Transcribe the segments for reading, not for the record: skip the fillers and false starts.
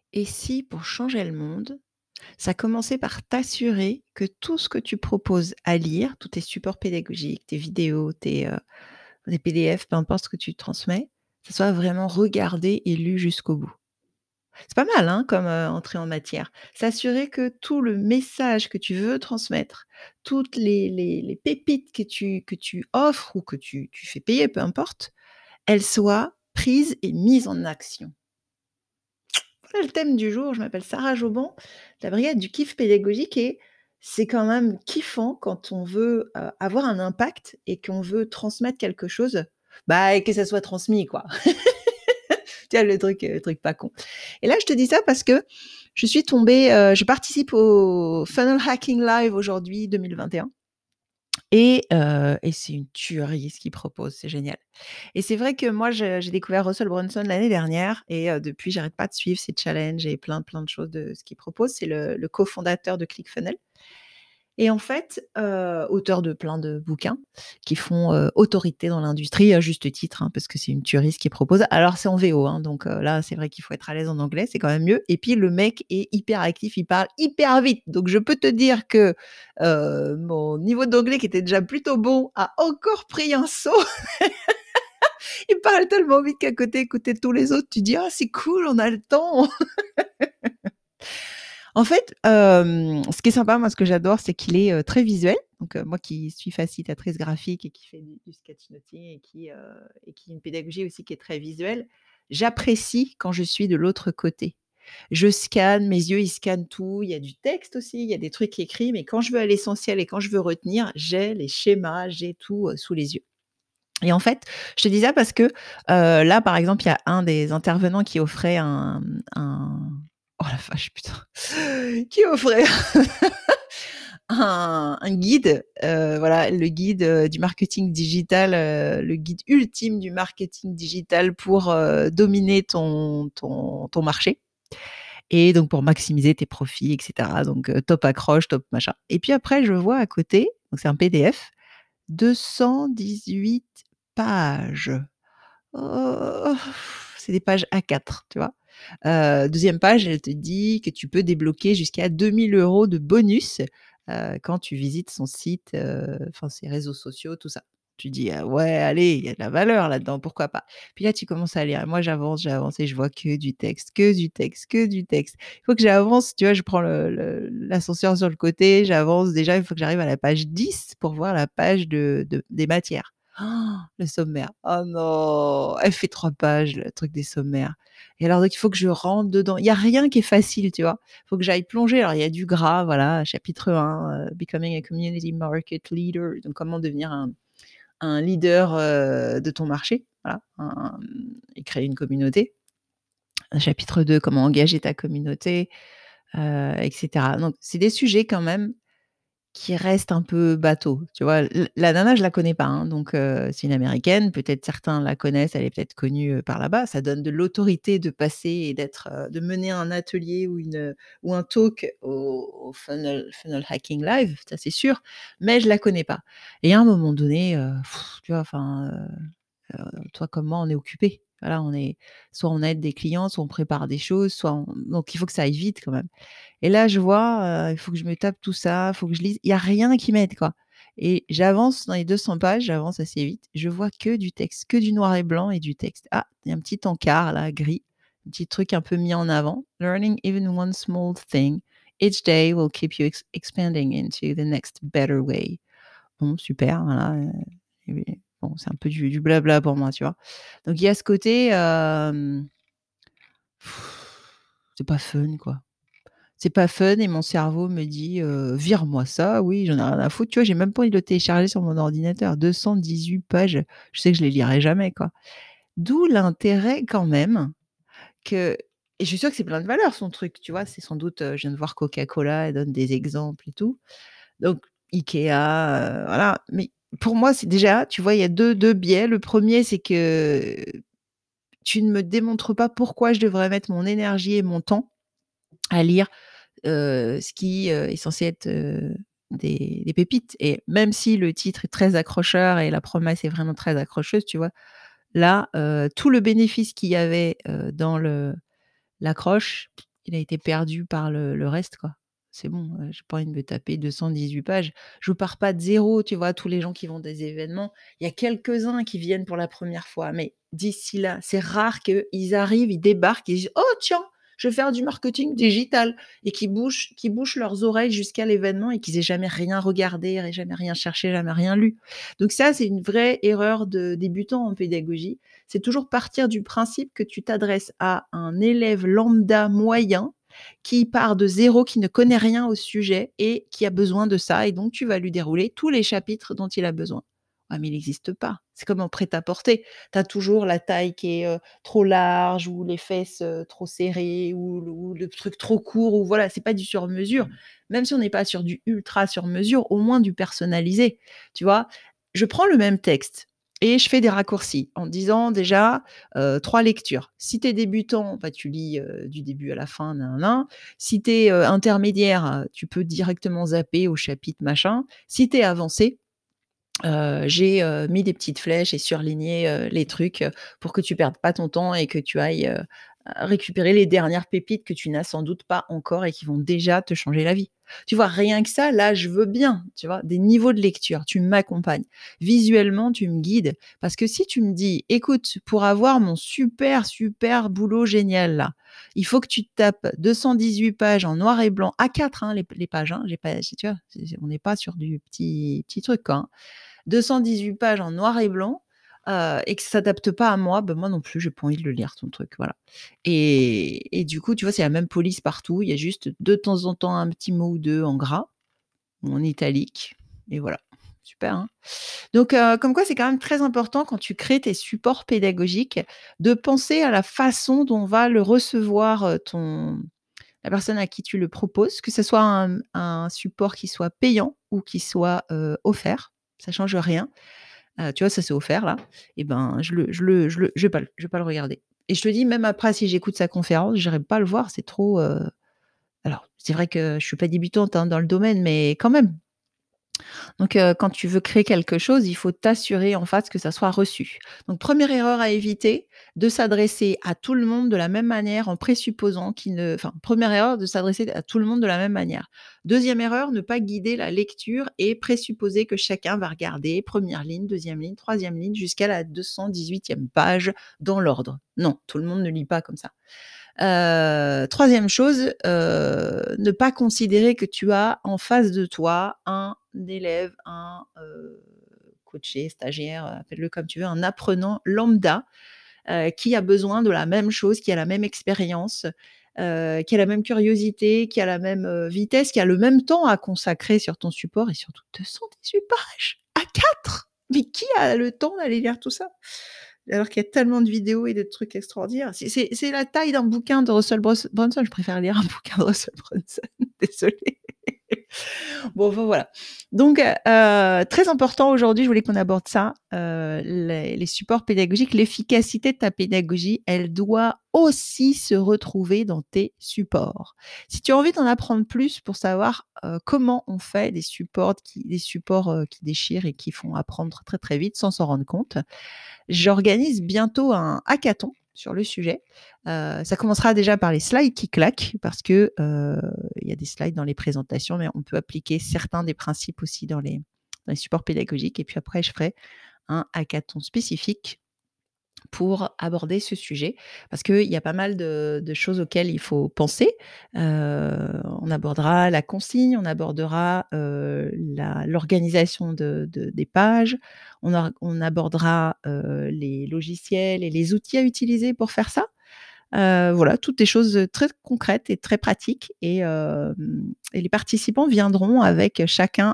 Et si, pour changer le monde, ça commençait par t'assurer que tout ce que tu proposes à lire, tous tes supports pédagogiques, tes vidéos, tes PDF, peu importe ce que tu transmets, ça soit vraiment regardé et lu jusqu'au bout. C'est pas mal, hein, comme, entrée en matière. S'assurer que tout le message que tu veux transmettre, toutes les pépites que tu offres ou que tu fais payer, peu importe, elles soient prises et mises en action. Voilà le thème du jour. Je m'appelle Sarah Joban, de la brigade du kiff pédagogique et c'est quand même kiffant quand on veut, avoir un impact et qu'on veut transmettre quelque chose, bah, et que ça soit transmis, quoi. Tu vois le truc pas con. Et là, je te dis ça parce que je suis tombée, je participe au Funnel Hacking Live aujourd'hui 2021 et c'est une tuerie ce qu'ils proposent, c'est génial. Et c'est vrai que moi, j'ai découvert Russell Brunson l'année dernière et depuis, j'arrête pas de suivre ses challenges et plein de choses de ce qu'il propose. C'est le cofondateur de ClickFunnels et en fait, auteur de plein de bouquins qui font, autorité dans l'industrie à juste titre, hein, parce que c'est une tuerie ce qu'il propose. Alors c'est en VO, hein, donc là, c'est vrai qu'il faut être à l'aise en anglais, c'est quand même mieux et puis le mec est hyper actif, il parle hyper vite. Donc je peux te dire que, mon niveau d'anglais qui était déjà plutôt bon a encore pris un saut. Il parle tellement vite qu'à côté tous les autres, tu dis: «Ah c'est cool, on a le temps». En fait, ce qui est sympa, moi, ce que j'adore, c'est qu'il est, très visuel. Donc, moi qui suis facilitatrice graphique et qui fait du sketchnoting et qui a une pédagogie aussi qui est très visuelle, j'apprécie quand je suis de l'autre côté. Je scanne, mes yeux, ils scannent tout. Il y a du texte aussi, il y a des trucs écrits, mais quand je veux à l'essentiel et quand je veux retenir, j'ai les schémas, j'ai tout, sous les yeux. Et en fait, je te dis ça parce que, là, par exemple, il y a un des intervenants qui offrait un oh la vache, putain! Qui offrait un guide, voilà, le guide, du marketing digital, le guide ultime du marketing digital pour, dominer ton marché et donc pour maximiser tes profits et cetera. Donc, top accroche, top machin et puis après je vois à côté, donc c'est un PDF, 218 pages. Oh, c'est des pages A4, tu vois? 2e page, elle te dit que tu peux débloquer jusqu'à 2 000 € de bonus, quand tu visites son site, enfin ses réseaux sociaux, tout ça. Tu dis: «Ah ouais, allez, il y a de la valeur là-dedans, pourquoi pas?» Puis là, tu commences à lire. Moi, j'avance et je vois que du texte, que du texte, que du texte. Il faut que j'avance, tu vois? Je prends l'ascenseur sur le côté, j'avance. Déjà, il faut que j'arrive à la page 10 pour voir la page des matières. Oh, le sommaire. Oh non! Elle fait 3 pages, le truc des sommaires et alors donc il faut que je rentre dedans. Il y a rien qui est facile, tu vois? Il faut que j'aille plonger. Alors il y a du gras, voilà, chapitre 1, Becoming a Community Market Leader, donc comment devenir un leader, de ton marché, voilà, et créer une communauté. Chapitre 2, comment engager ta communauté, et cetera. Donc c'est des sujets quand même qui reste un peu bateau, tu vois? La nana, je la connais pas, hein, donc c'est une américaine, peut-être certains la connaissent, elle est peut-être connue, par là-bas. Ça donne de l'autorité de passer et d'être, de mener un atelier ou un talk au Funnel Hacking Live, ça c'est sûr, mais je la connais pas et à un moment donné, tu vois, enfin, toi comme moi, on est occupés. Voilà, on est soit on aide des clients, soit on prépare des choses, soit on donc il faut que ça aille vite quand même. Et là, je vois, il faut que je me tape tout ça, il faut que je lise. Il y a rien qui m'aide, quoi et j'avance dans les 200 pages, j'avance assez vite. Je vois que du texte, que du noir et blanc et du texte. Ah, il y a un petit encart là, gris, un petit truc un peu mis en avant. «Learning even one small thing each day will keep you expanding into the next better way». Bon, super, voilà, et beh, bon, c'est un peu du blabla pour moi, tu vois? Donc il y a ce côté, c'est pas fun, quoi. C'est pas fun et mon cerveau me dit, «Vire-moi ça, oui, j'en ai rien à foutre», tu vois? J'ai même pas envie de le télécharger sur mon ordinateur. 218 pages, je sais que je les lirai jamais, quoi. D'où l'intérêt quand même que et je suis sûre que c'est plein de valeur son truc, tu vois? C'est sans doute, je viens de voir Coca-Cola, elle donne des exemples et tout. Donc IKEA, voilà. Mais pour moi, c'est déjà, tu vois, il y a deux biais. Le premier, c'est que tu ne me démontres pas pourquoi je devrais mettre mon énergie et mon temps à lire ce qui, est censé être, des pépites et même si le titre est très accrocheur et la promesse est vraiment très accrocheuse, tu vois? Là, tout le bénéfice qu'il y avait, dans l'accroche, Il a été perdu par le reste, quoi. C'est bon, j'ai pas envie de me taper 218 pages. Je pars pas de zéro, tu vois? Tous les gens qui vont des événements, il y a quelques-uns qui viennent pour la première fois, mais d'ici là, c'est rare qu'ils arrivent, ils débarquent, ils disent: «Oh tiens, je vais faire du marketing digital» et qui bouchent leurs oreilles jusqu'à l'événement et qu'ils aient jamais rien regardé, jamais rien cherché, jamais rien lu. Donc ça, c'est une vraie erreur de débutant en pédagogie. C'est toujours partir du principe que tu t'adresses à un élève lambda moyen qui part de zéro, qui ne connaît rien au sujet et qui a besoin de ça. Et donc, tu vas lui dérouler tous les chapitres dont il a besoin. Ah, mais il n'existe pas. C'est comme en prêt-à-porter. Tu as toujours la taille qui est trop large ou les fesses trop serrées ou le truc trop court. Ou voilà, c'est pas du sur-mesure. Même si on n'est pas sur du ultra sur-mesure, au moins du personnalisé. Tu vois, je prends le même texte et je fais des raccourcis en disant déjà 3 lectures. Si tu es débutant, bah, tu lis du début à la fin, nin. Si tu es intermédiaire, tu peux directement zapper au chapitre machin. Si tu es avancé, j'ai mis des petites flèches et surligné les trucs pour que tu perdes pas ton temps et que tu ailles récupérer les dernières pépites que tu n'as sans doute pas encore et qui vont déjà te changer la vie. Tu vois, rien que ça, là, je veux bien, tu vois, des niveaux de lecture, tu m'accompagnes. Visuellement, tu me guides. Parce que si tu me dis, écoute, pour avoir mon super, super boulot génial là, il faut que tu te tapes 218 pages en noir et blanc, A4, hein, les pages, hein, tu vois, on n'est pas sur du petit truc, quoi, hein. 218 pages en noir et blanc, et que ça s'adapte pas à moi, bah, moi non plus, j'ai pas envie de le lire ton truc, voilà. Et du coup, tu vois, c'est la même police partout. Il y a juste de temps en temps un petit mot ou 2 en gras ou en italique et voilà. Super, hein? Donc comme quoi c'est quand même très important quand tu crées tes supports pédagogiques de penser à la façon dont va le recevoir, la personne à qui tu le proposes, que ce soit un support qui soit payant ou qui soit, offert, ça change rien. Tu vois, ça c'est offert là, et ben je vais pas le regarder et je te dis même après si j'écoute sa conférence, j'irai pas le voir, c'est trop, alors c'est vrai que je suis pas débutante, hein, dans le domaine, mais quand même. Donc, quand tu veux créer quelque chose, il faut t'assurer en face que ça soit reçu. Donc première erreur à éviter, de s'adresser à tout le monde de la même manière en présupposant qu'il ne enfin, 1re erreur, de s'adresser à tout le monde de la même manière. 2e erreur, ne pas guider la lecture et présupposer que chacun va regarder 1re ligne, 2e ligne, 3e ligne jusqu'à la 218e page dans l'ordre. Non, tout le monde ne lit pas comme ça. 3e chose, ne pas considérer que tu as en face de toi un élève, un coaché, stagiaire, appelle-le comme tu veux, un apprenant lambda, qui a besoin de la même chose, qui a la même expérience, qui a la même curiosité, qui a la même vitesse, qui a le même temps à consacrer sur ton support et surtout 218 pages à 4. Mais qui a le temps d'aller lire tout ça? Alors qu'il y a tellement de vidéos et de trucs extraordinaires. C'est la taille d'un bouquin de Russell Brunson. Je préfère lire un bouquin de Russell Brunson, désolée. Bon, enfin, voilà. Donc, très important aujourd'hui, je voulais qu'on aborde ça, les supports pédagogiques. L'efficacité de ta pédagogie, elle doit aussi se retrouver dans tes supports. Si tu as envie d'en apprendre plus pour savoir, comment on fait des supports qui déchirent et qui font apprendre très, très vite sans s'en rendre compte, j'organise bientôt un hackathon sur le sujet. Ça commencera déjà par les slides qui claquent parce que, il y a des slides dans les présentations, mais on peut appliquer certains des principes aussi dans les supports pédagogiques et puis après je ferai un hackathon spécifique pour aborder ce sujet parce qu'il y a pas mal de choses auxquelles il faut penser. On abordera la consigne, on abordera, l'organisation des pages, on abordera, les logiciels et les outils à utiliser pour faire ça. Voilà, toutes des choses très concrètes et très pratiques et les participants viendront avec chacun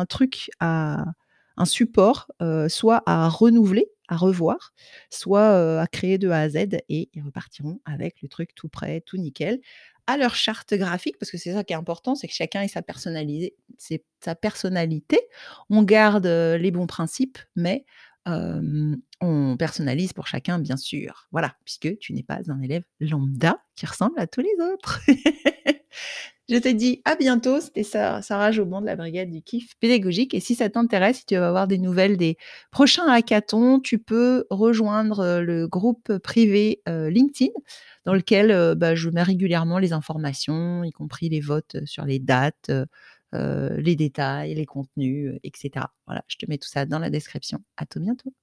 un support, soit à renouveler, à revoir, soit, à créer de A à Z et ils repartiront avec le truc tout prêt, tout nickel, à leur charte graphique parce que c'est ça qui est important, c'est que chacun ait sa personnalité. On garde, les bons principes, mais on personnalise pour chacun, bien sûr. Voilà, puisque tu n'es pas un élève lambda qui ressemble à tous les autres. Je te dis à bientôt, c'était Sarah Jobon de la brigade du kiff pédagogique et si ça t'intéresse, si tu veux avoir des nouvelles des prochains hackathons, tu peux rejoindre, le groupe privé, LinkedIn dans lequel, bah, je mets régulièrement les informations, y compris les votes, sur les dates, les détails, les contenus, et cetera. Voilà, je te mets tout ça dans la description. À tout bientôt.